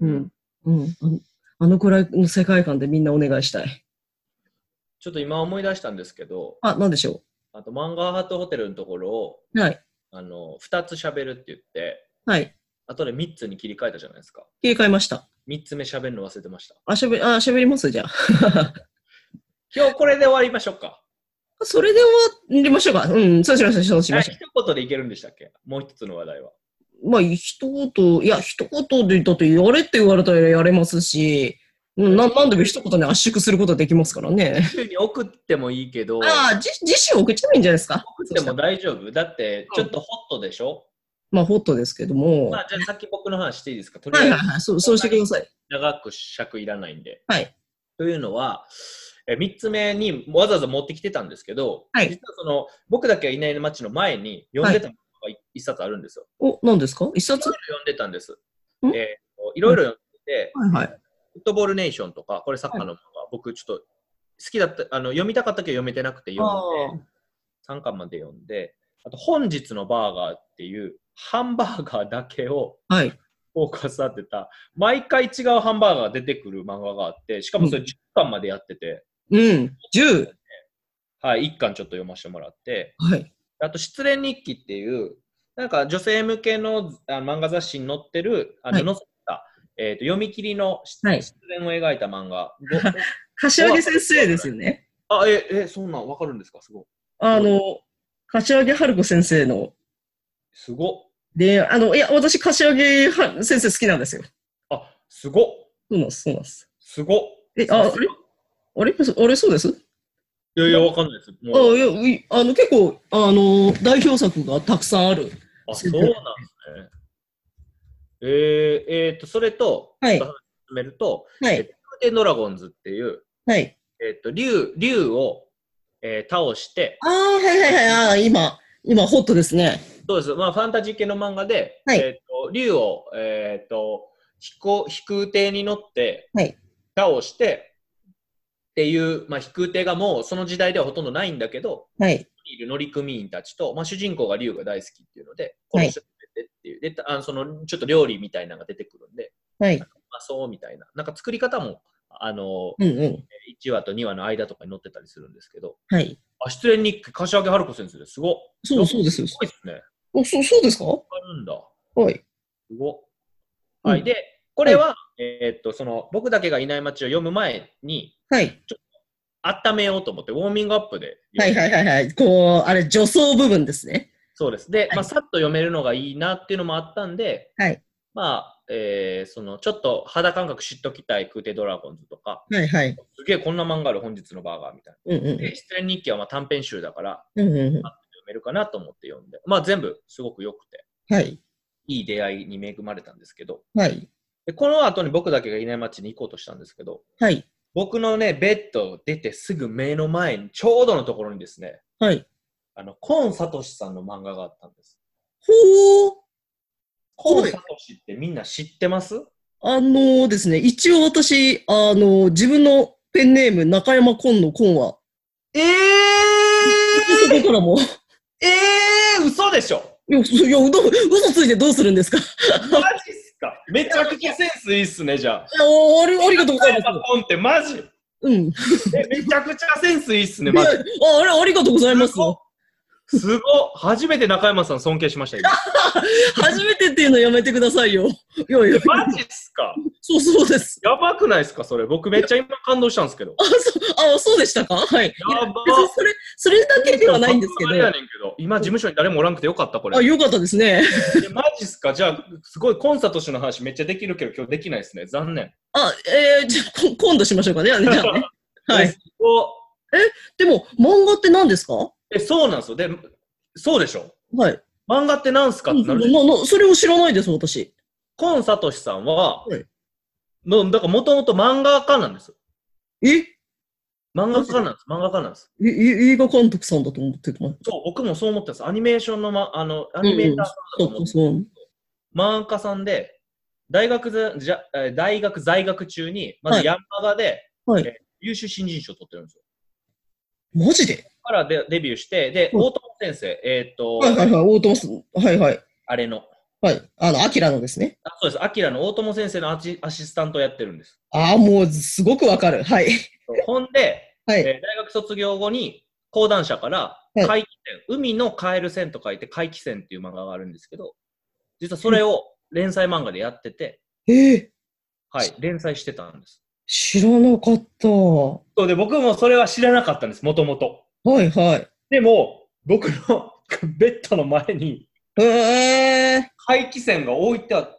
くらいの世界観でみんなお願いしたい。 ちょっと今思い出したんですけど。 何でしょう。漫画ハートホテルのところを。 はい。 2つ喋るって言って、 はい。 あとで3つに切り替えたじゃないですか。 切り替えました。 3つ目喋るの忘れてました。 喋りますじゃあ。 今日これで終わりましょうか。 それで終わりましょうか。そうしましょう。一言でいけるんでしたっけ？もう一つの話題は。 まあ、一言で、だってやれって言われたらやれますし、なんでも一言に圧縮することできますからね。 自由に送ってもいいけど。 自身送っちゃえばいいんじゃないですか。 送っても大丈夫？だって、ちょっとホットでしょ？ まあ、ホットですけども。 じゃあ、さっき僕の話していいですか？ はい。そうしてください。 長く尺いらないんで。 はい。 というのは、3つ目にわざわざ持ってきてたんですけど、 はい、 実は僕だけはいない街の前に読んでたのが1冊あるんですよ。 何ですか？1冊？ 読んでたんです。いろいろ読んでて、フットボールネーションとか、これサッカーの漫画、僕ちょっと好きだった、読みたかったけど読めてなくて読んで、3巻まで読んで、あと本日のバーガーっていうハンバーガーだけをフォーカス当てた、毎回違うハンバーガーが出てくる漫画があって、しかもそれ10巻までやってて、 10。 はい、1巻ちょっと読ませてもらって、あと失恋日記っていう、なんか女性向けの漫画雑誌に載ってる、載せた、読み切りの失恋を描いた漫画。 柏木先生ですよね。 そんなんわかるんですか？すごい。 柏木春子先生の。 すご。 で、私、柏木先生好きなんですよ。 すご。 そうなんです。 すご。 あれそうです？ いや、わかんないです。 結構、代表作がたくさんある。 そうなんですそれと、 はい。 進めると、 はい。 ドラゴンズっていう、 はい。 竜を、倒して、 ああ、はいはいはい。ああ、今、ホットですね。 そうです。まあ、ファンタジー系の漫画で、 はい。 竜を、飛空艇に乗ってはい。 倒してっていう、まあ、飛空艇がもうその時代ではほとんどないんだけど、 はい。 いる乗組員たちと、まあ、主人公が竜が大好きっていうので、 はい。 殺してっていう。で、ちょっと料理みたいなのが出てくるんで、 はい。 まあ、そうみたいな。なんか作り方も、 うんうん。 1話と2話の間とかに載ってたりするんですけど、 はい。 失恋日記、柏木春子先生ですごっ。 そうですよ。 すごいですね。 そうですか？ あるんだ。 はい。 すごっ。はい。 うん。 で、こはい。 れは、僕だけがいない街を読む前に、 はい。 ちょっと温めようと思って、ウォーミングアップではい読んで、 はいはいはい。こう、あれ、助走部分ですね。 そうです。で、まあ、 はい。 さっと読めるのがいいなっていうのもあったんで、 はい。 まあ、ちょっと肌感覚知っときたい空挺ドラゴンズとか、 はいはい。 すげえこんな漫画ある本日のバーガーみたいな。 うんうんで、失恋日記はまあ短編集だから、 うん。うんうんうん。 読めるかなと思って読んで、まあ全部すごく良くて、 はい。 いい出会いに恵まれたんですけど、 はい。 でこの後に僕だけがいない街に行こうとしたんですけど、 はい。 僕のね、ベッド出てすぐ目の前に、ちょうどのところにですね、 はい。 コンサトシさんの漫画があったんです。 ほー。 コンはい。 サトシってみんな知ってます？ ですね、一応私、自分のペンネーム、中山コンのコンは、 えー、 そこからも、 嘘でしょ？ 嘘ついてどうするんですか？ マジっすか？めちゃくちゃセンスいいっすね、じゃあ。 ありがとうございます。 コンってマジ？ うん。 めちゃくちゃセンスいいっすね、マジ。 ありがとうございます。 すごっ。初めて中山さん尊敬しました、今。 初めてっていうのやめてくださいよ。 マジっすか？ そうです。 やばくないっすか、それ。僕めっちゃ今感動したんですけど。 そうでしたか？はい。 やば。 別にそれだけではないんですけど。 今、事務所に誰もおらんくてよかった、これ。 よかったですね。 マジっすか？じゃあ、すごいコンサート氏の話めっちゃできるけど、今日できないですね。残念。 じゃあ、今度しましょうかね。じゃあね。はい。 え、 でも、漫画って何ですか？ そうなんですよ。で、そうでしょ？ はい。 漫画って何すかってなるでしょ。それを知らないです、私。 コンサトシさんは、 はい。 だからもともと漫画家なんです。漫画家なんです。 映画監督さんだと思ってた。そう、 僕もそう思ってます。アニメーションの、アニメーターさんだと思ってます。漫画家さんで、大学在学中に、まずヤンマガで、優秀新人賞を取ってるんですよ。 マジで？ からデビューして、で、大友先生、 大友、 あれの。 はい。アキラのですね。 そうです。アキラの大友先生のアシスタントをやってるんです。 もう、すごくわかる。はい。 ほんで、大学卒業後に、講談社から、海気船、海のカエル船と書いて、海気船っていう漫画があるんですけど、実はそれを連載漫画でやってて、はい、連載してたんです。 知らなかった。 そうで、僕もそれは知らなかったんです、もともと。 はいはい。 でも、僕のベッドの前に、怪奇船が置いてあって、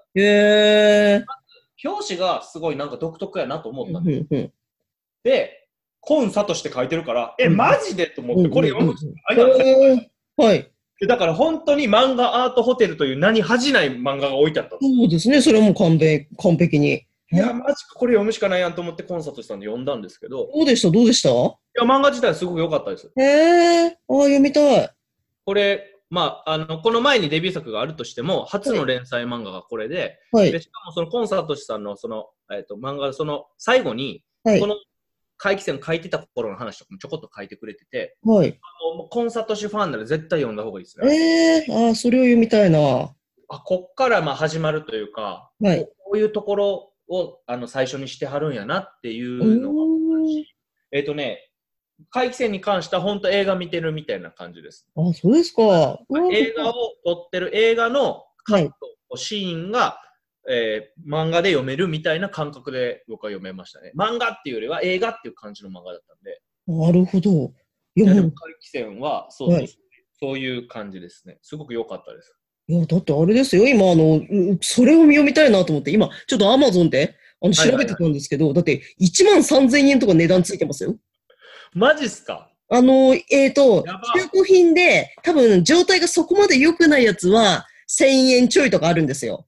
表紙がすごいなんか独特やなと思ったんです。で、コンサとして書いてるから、マジでと思って、これ読むしかないな。はい。だから本当に漫画アートホテルという名に恥じない漫画が置いてあったんです。 そうですね、それはもう完璧に。 いや、マジか、これ読むしかないやんと思ってコンサートしたんで読んだんですけど。 どうでしたいや、漫画自体はすごく良かったです。 読みたい。 これ、この前にデビュー作があるとしても、初の連載漫画がこれで、でしかもそのコンサートさんのその、漫画、その最後に、この怪奇戦書いてた頃の話とかもちょこっと書いてくれてて、コンサートファンなら絶対読んだ方がいいですね。それを読みたいな。 こっから始まるというか、こういうところを最初にしてはるんやなっていうのがあるし、怪奇戦に関しては本当映画見てるみたいな感じです。 そうですか。 映画を撮ってる映画のカット、シーンが、漫画で読めるみたいな感覚で僕は読めましたね。漫画っていうよりは映画っていう感じの漫画だったんで。 なるほど。 でも怪奇戦はそういう感じですね。すごく良かったです。 いや、だってあれですよ。今、それを読みたいなと思って、今、ちょっと Amazon で調べてたんですけど、だって13,000円とか値段ついてますよ。 マジっすか？ 中古品で、多分状態がそこまで良くないやつは1000円ちょいとかあるんですよ。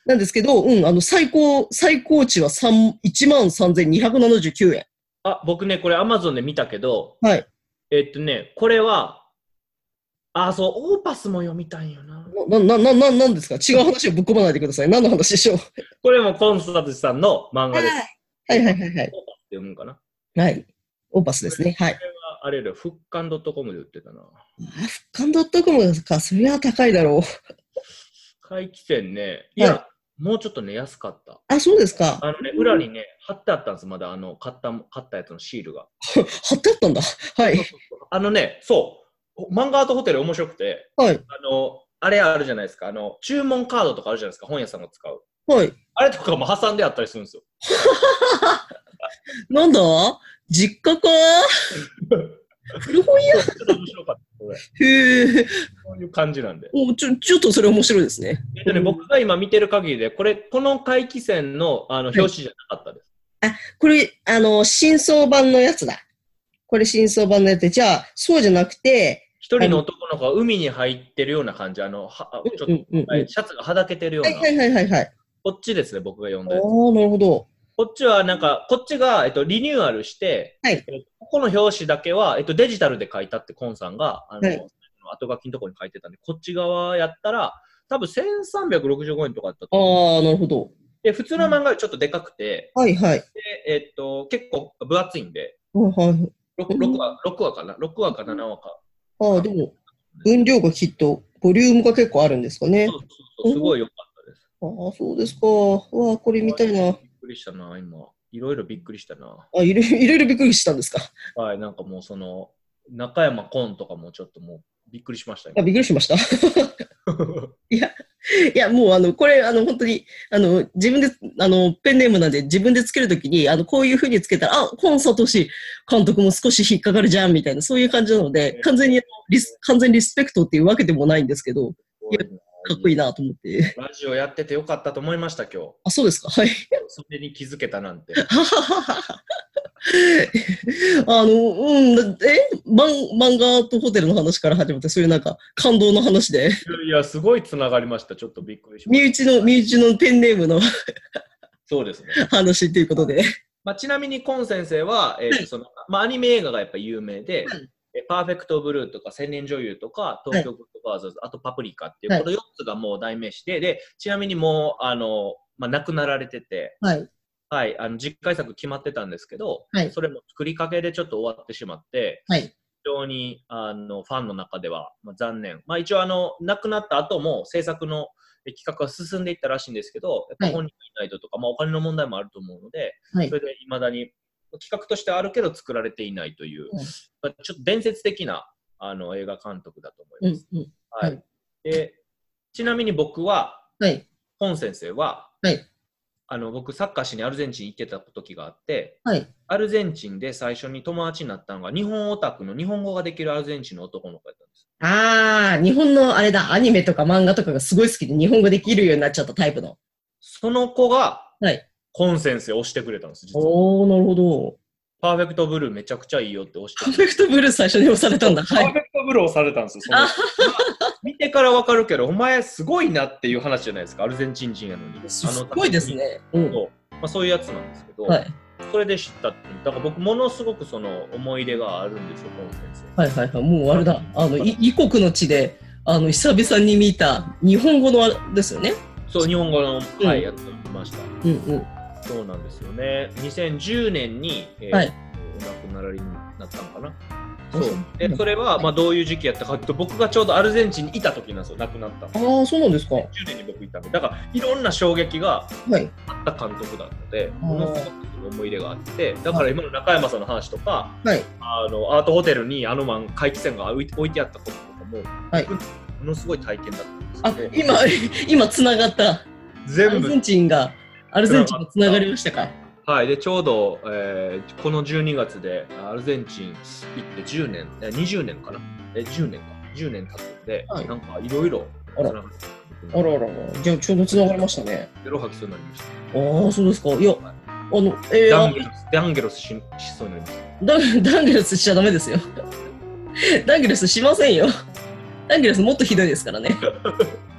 なんですけど、最高値は13,279円。 あ、僕ね、これ Amazon で見たけど、 はい。 これは、そう、オーパスも読みたいよな。 なんですか？違う話をぶっ込まないでください。何の話でしょう？ これもコンスタントさんの漫画です。 はいはいはいはい。 オーパスって読むんかな？ はい。オーパスですね。はい。 これはあれだ、復刊 .com で売ってたな。 復刊 .com か、そりゃ高いだろう。 回帰線ね、いや、もうちょっとね、安かった。 あ、そうですか。 裏にね、貼ってあったんです、まだ買ったやつのシールが。 貼ってあったんだ。はい。 そう、漫画アートホテル面白くて、 はい。 あれあるじゃないですか、注文カードとかあるじゃないですか、本屋さんが使う。 はい。 あれとかも挟んであったりするんですよ。 なんだ？実家か？古本屋？ ちょっと面白かった。 へえ。 そういう感じなんで。 ちょっとそれ面白いですね。 僕が今見てる限りで、この回帰線の、表紙じゃなかったです。 あ、これ、新装版のやつだ。これ新装版のやつで、じゃあ、そうじゃなくて、 一人の男の子が海に入ってるような感じ、ちょっと、シャツがはだけてるような。 はいはいはいはい。 こっちですね、僕が読んだやつ。 なるほど。 こっちはこっちが、リニューアルして、 はい、 ここの表紙だけは、デジタルで書いたってコンさんが、後書きのところに書いてたんで、こっち側やったら、多分1365円とかだったと思う。 なるほど。 で、普通の漫画よりちょっとでかくて、 はいはい。 で、結構分厚いんで、 はい。 6話かな ?6 話か7話か。 でも、分量がきっと、ボリュームが結構あるんですかね。 そうすごい良かったです。 そうですか。わこれ見たいな。 びっくりしたな、今。いろいろびっくりしたな。 いろいろびっくりしたんですか。 はい、なんかもう中山コンとかもちょっともうびっくりしました。 びっくりしました。いや、もうこれ、本当に、自分で、ペンネームなんで自分でつけるときに、こういうふうにつけたら、コンサトシ監督も少し引っかかるじゃん、みたいな、そういう感じなので、完全にリスペクトっていうわけでもないんですけど、いや、かっこいいなと思って。 ラジオやっててよかったと思いました、今日。 そうですか。はい。 それに気づけたなんて。 漫画とホテルの話から始まって、そういうなんか感動の話で。 いや、すごいつながりました。ちょっとびっくりしました。 身内のペンネームのそうですね。 話ということで。 ちなみにコン先生は、アニメ映画がやっぱ有名で、パーフェクトブルーとか千年女優とか東京グッドファーザーズ、あとパプリカっていう、この4つがもう代名詞で、ちなみにもう亡くなられてて、はい、実回作決まってたんですけど、それも作りかけでちょっと終わってしまって、非常にファンの中では、残念。一応亡くなった後も制作の企画が進んでいったらしいんですけど、やっぱ本人がいないとか、お金の問題もあると思うので、それでいまだに企画としてあるけど作られていないという、ちょっと伝説的な映画監督だと思います。でちなみに僕は、本先生は、僕サッカーしにアルゼンチン行ってた時があって、アルゼンチンで最初に友達になったのが日本オタクの日本語ができるアルゼンチンの男の子だったんです。 日本のあれだ、アニメとか漫画とかがすごい好きで日本語できるようになっちゃったタイプの。 その子が、コン先生を押してくれたんです、実は。 なるほど。 パーフェクトブルーめちゃくちゃいいよって押してパーフェクトブルー最初に押されたんだ。 パーフェクトブルー押されたんですよ。見てからわかるけど、お前すごいなっていう話じゃないですか、アルゼンチン人やのに。 すごいですね。 そういうやつなんですけど、それで知ったっていう。だから僕、ものすごくその思い出があるんですよ、コン先生。もうあれだ、異国の地で、久々に見た日本語のですよね。 そう、日本語の、やつを見ました。そうなんですよね。2010年に、お亡くなりになったのかな。そうそれは、どういう時期やったかというと、僕がちょうどアルゼンチンにいた時なんですよ、亡くなった。 そうなんですか。 10年に僕いたんで、だからいろんな衝撃があった監督だったので、ものすごく思い入れがあって、だから今の中山さんの話とか、アートホテルに回帰線が置いてあったこととかも、ものすごい体験だったんですけど。 今つながった。 全部。 アルゼンチンがつながりましたか。 でちょうど、この12月でアルゼンチン行って10年、20年かな、10年経つんで、なんかいろいろつながって、 じゃあちょうどつながりましたね。 ベロ吐きそうになりました。 そうですか。いや、 ダンゲロスしそうになりました。 ダンゲロスしちゃダメですよ。ダンゲロスしませんよ。ダンゲロスもっとひどいですからね。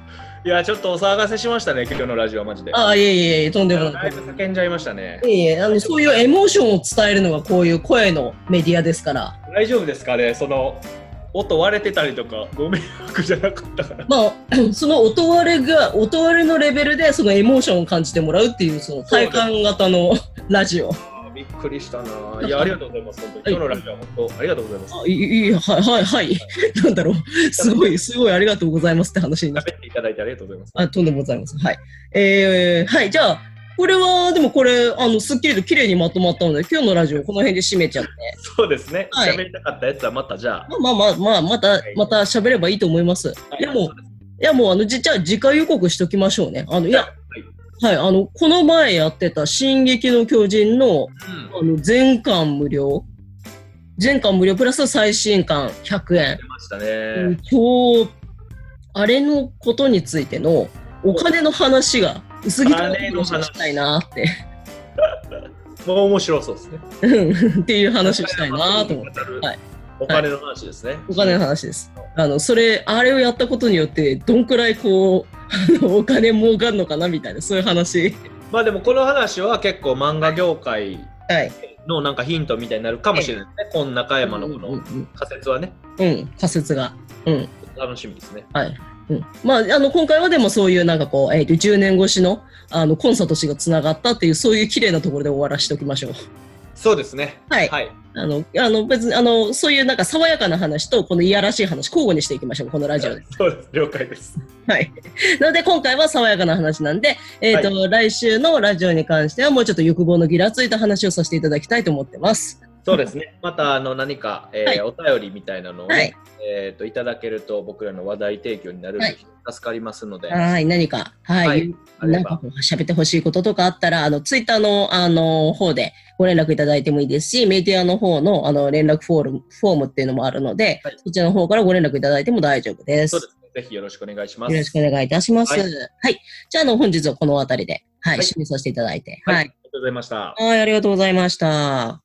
いや、ちょっとお騒がせしましたね、今日のラジオはマジで。 いえ、とんでもない。 だいぶ叫んじゃいましたね。 そういうエモーションを伝えるのがこういう声のメディアですから。 大丈夫ですかね、その音割れてたりとか、ご迷惑じゃなかったから。 その音割れのレベルでそのエモーションを感じてもらうっていう、その体感型のラジオ。 びっくりしたな。いや、ありがとうございます。本当に今日のラジオは本当ありがとうございます。 はい。なんだろう。すごいありがとうございますって話になって。 喋っていただいてありがとうございます。 とんでもございません。はい。はい。じゃあ、これは、でもこれ、すっきりと綺麗にまとまったので、今日のラジオこの辺で締めちゃって。 そうですね。喋りたかったやつはまたじゃあ。 また喋ればいいと思います。じゃあ次回予告しときましょうね。この前やってた進撃の巨人の、全巻無料プラス最新巻100円。 出ましたね。 今日、あれのことについてのお金の話が薄着としたいなって。 もう面白そうですね。 っていう話をしたいなと思って。 お金の話ですね。 お金の話です。あれをやったことによって、どんくらいお金儲かるのかなみたいな、そういう話。 でもこの話は結構漫画業界のなんかヒントみたいになるかもしれないですね。この中山のこの仮説はね。 仮説が。 楽しみですね。 はい。今回はでもそういうなんか10年越しのコンサート氏がつながったっていうそういう綺麗なところで終わらせておきましょう。 そうですね。 はい。別にそういうなんか爽やかな話とこのいやらしい話交互にしていきましょう、このラジオで。 そうです。了解です。 はい。なので今回は爽やかな話なんで、来週のラジオに関してはもうちょっと欲望のギラついた話をさせていただきたいと思ってます。 そうですね。また何か、お便りみたいなのを、いただけると僕らの話題提供になるので助かりますので。 何か、なんか喋ってほしいこととかあったら、ツイッターの方でご連絡いただいてもいいですし、メディアの方の連絡フォームっていうのもあるので、そちらの方からご連絡いただいても大丈夫です。 そうですね。ぜひよろしくお願いします。 よろしくお願いいたします。はい。じゃあ本日はこのあたりで、締めさせていただいて。 ありがとうございました。 ありがとうございました。